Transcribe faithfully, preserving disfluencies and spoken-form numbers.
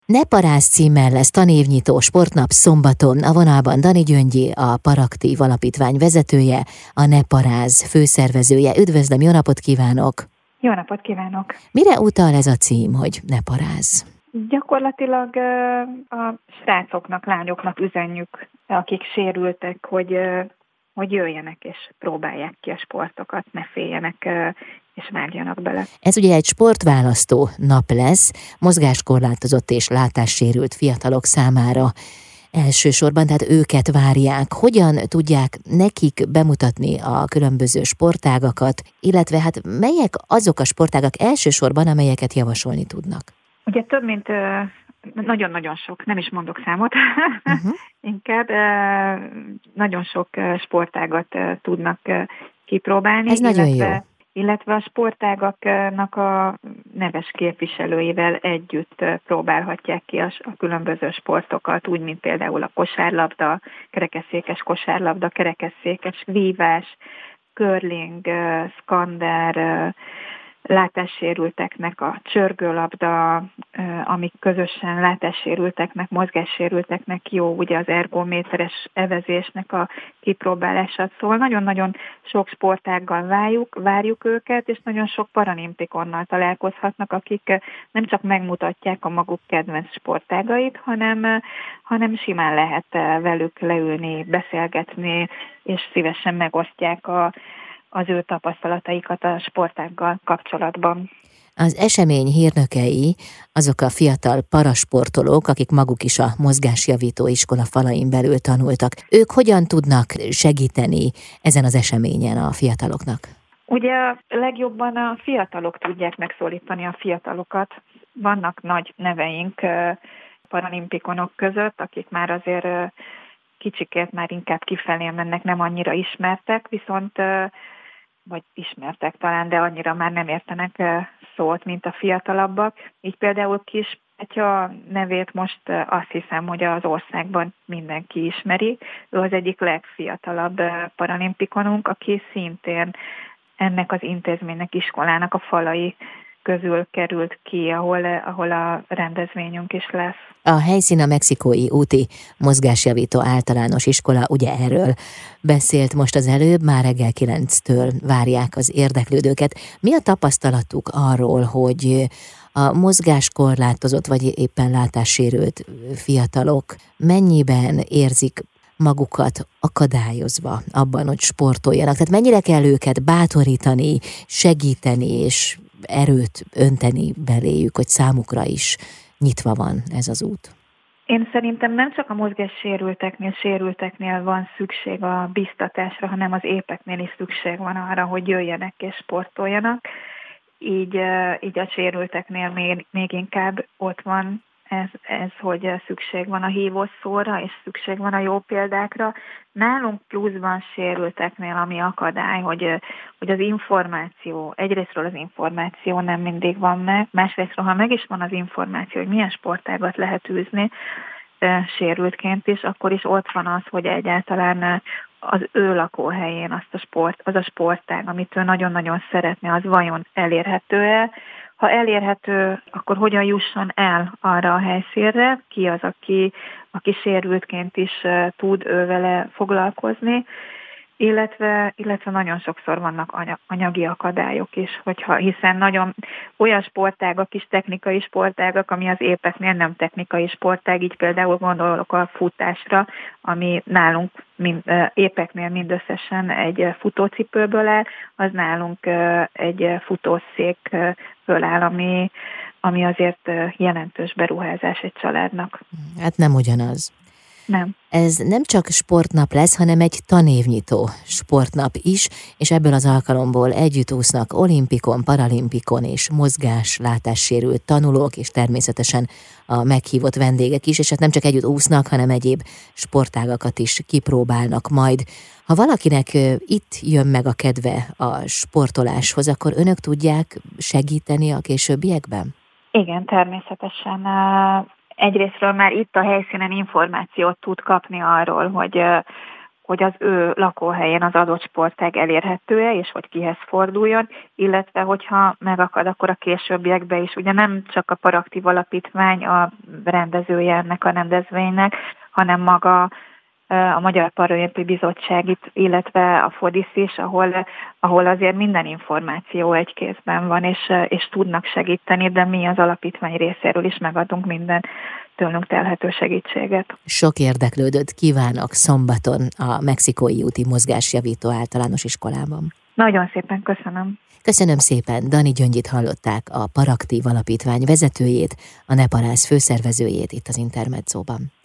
Ne parázz címmel lesz tanévnyitó sportnap szombaton. A vonalban Dani Gyöngyi, a Paraktív Alapítvány vezetője, a Ne parázz főszervezője. Üdvözlöm, jó napot kívánok! Jó napot kívánok! Mire utal ez a cím, hogy Ne parázz? Gyakorlatilag a srácoknak, lányoknak üzenjük, akik sérültek, hogy, hogy jöjjenek és próbálják ki a sportokat, ne féljenek és vágjanak bele. Ez ugye egy sportválasztó nap lesz, mozgáskorlátozott és látássérült fiatalok számára elsősorban, tehát őket várják. Hogyan tudják nekik bemutatni a különböző sportágakat, illetve hát melyek azok a sportágak elsősorban, amelyeket javasolni tudnak? Ugye több mint nagyon-nagyon sok, nem is mondok számot, uh-huh. inkább nagyon sok sportágat tudnak kipróbálni. Ez illetve, nagyon jó. Illetve a sportágaknak a neves képviselőivel együtt próbálhatják ki a, a különböző sportokat, úgy, mint például a kosárlabda, kerekesszékes kosárlabda, kerekesszékes vívás, curling, skander, látássérülteknek a csörgőlabda, amik közösen látássérülteknek, mozgássérülteknek jó, ugye az ergométeres evezésnek a kipróbálását. Szóval nagyon-nagyon sok sportággal várjuk, várjuk őket, és nagyon sok paralimpikonnal találkozhatnak, akik nem csak megmutatják a maguk kedvenc sportágait, hanem, hanem simán lehet velük leülni, beszélgetni, és szívesen megosztják a az ő tapasztalataikat a sportággal kapcsolatban. Az esemény hírnökei azok a fiatal parasportolók, akik maguk is a mozgásjavító iskola falain belül tanultak. Ők hogyan tudnak segíteni ezen az eseményen a fiataloknak? Ugye legjobban a fiatalok tudják megszólítani a fiatalokat. Vannak nagy neveink paralimpikonok között, akik már azért kicsikért már inkább kifelé mennek, nem annyira ismertek, viszont vagy ismertek talán, de annyira már nem értenek szót, mint a fiatalabbak. Így például Kis Petya nevét most azt hiszem, hogy az országban mindenki ismeri. Ő az egyik legfiatalabb paralimpikonunk, aki szintén ennek az intézménynek, iskolának a falai közül került ki, ahol, ahol a rendezvényünk is lesz. A helyszín a Mexikói úti mozgásjavító általános iskola, ugye erről beszélt most az előbb, már reggel kilenctől várják az érdeklődőket. Mi a tapasztalatuk arról, hogy a mozgáskorlátozott vagy éppen látássérült fiatalok mennyiben érzik magukat akadályozva abban, hogy sportoljanak? Tehát mennyire kell őket bátorítani, segíteni és erőt önteni beléjük, hogy számukra is nyitva van ez az út? Én szerintem nem csak a mozgássérülteknél, sérülteknél van szükség a biztatásra, hanem az épeknél is szükség van arra, hogy jöjjenek és sportoljanak. Így, így a sérülteknél még, még inkább ott van ez, ez, hogy szükség van a hívószóra, és szükség van a jó példákra. Nálunk pluszban sérülteknél, ami akadály, hogy, hogy az információ, egyrésztről az információ nem mindig van meg, másrésztről, ha meg is van az információ, hogy milyen sportágat lehet űzni sérültként is, akkor is ott van az, hogy egyáltalán az ő lakóhelyén azt a sport, az a sportág, amit ő nagyon-nagyon szeretne, az vajon elérhető-e? Ha elérhető, akkor hogyan jusson el arra a helyszínre, ki az, aki, aki sérültként is tud ő vele foglalkozni, illetve, illetve nagyon sokszor vannak anyagi akadályok is, hogyha, hiszen nagyon olyan sportágak is, technikai sportágak, ami az épeknél nem technikai sportág, így például gondolok a futásra, ami nálunk mind, épeknél mindösszesen egy futócipőből áll, az nálunk egy futószékből áll, ami, ami azért jelentős beruházás egy családnak. Hát nem ugyanaz. Nem. Ez nem csak sportnap lesz, hanem egy tanévnyitó sportnap is, és ebből az alkalomból együtt úsznak olimpikon, paralimpikon és mozgás, látássérült tanulók, és természetesen a meghívott vendégek is, és hát nem csak együtt úsznak, hanem egyéb sportágakat is kipróbálnak majd. Ha valakinek itt jön meg a kedve a sportoláshoz, akkor önök tudják segíteni a későbbiekben? Igen, természetesen. Egyrésztről már itt a helyszínen információt tud kapni arról, hogy, hogy az ő lakóhelyén az adott sportág elérhető-e, és hogy kihez forduljon, illetve hogyha megakad, akkor a későbbiekben is. Ugye nem csak a Paraktív Alapítvány a rendezője ennek a rendezvénynek, hanem maga a Magyar Paralimpiai Bizottság itt, illetve a Fodisz is, ahol, ahol azért minden információ egy kézben van, és, és tudnak segíteni, de mi az alapítvány részéről is megadunk minden tőlünk telhető segítséget. Sok érdeklődőt kívánok szombaton a Mexikói úti Mozgásjavító Általános Iskolában. Nagyon szépen köszönöm. Köszönöm szépen, Dani Gyöngyit hallották, a Paraktív Alapítvány vezetőjét, a Neparász főszervezőjét itt az Intermedzóban.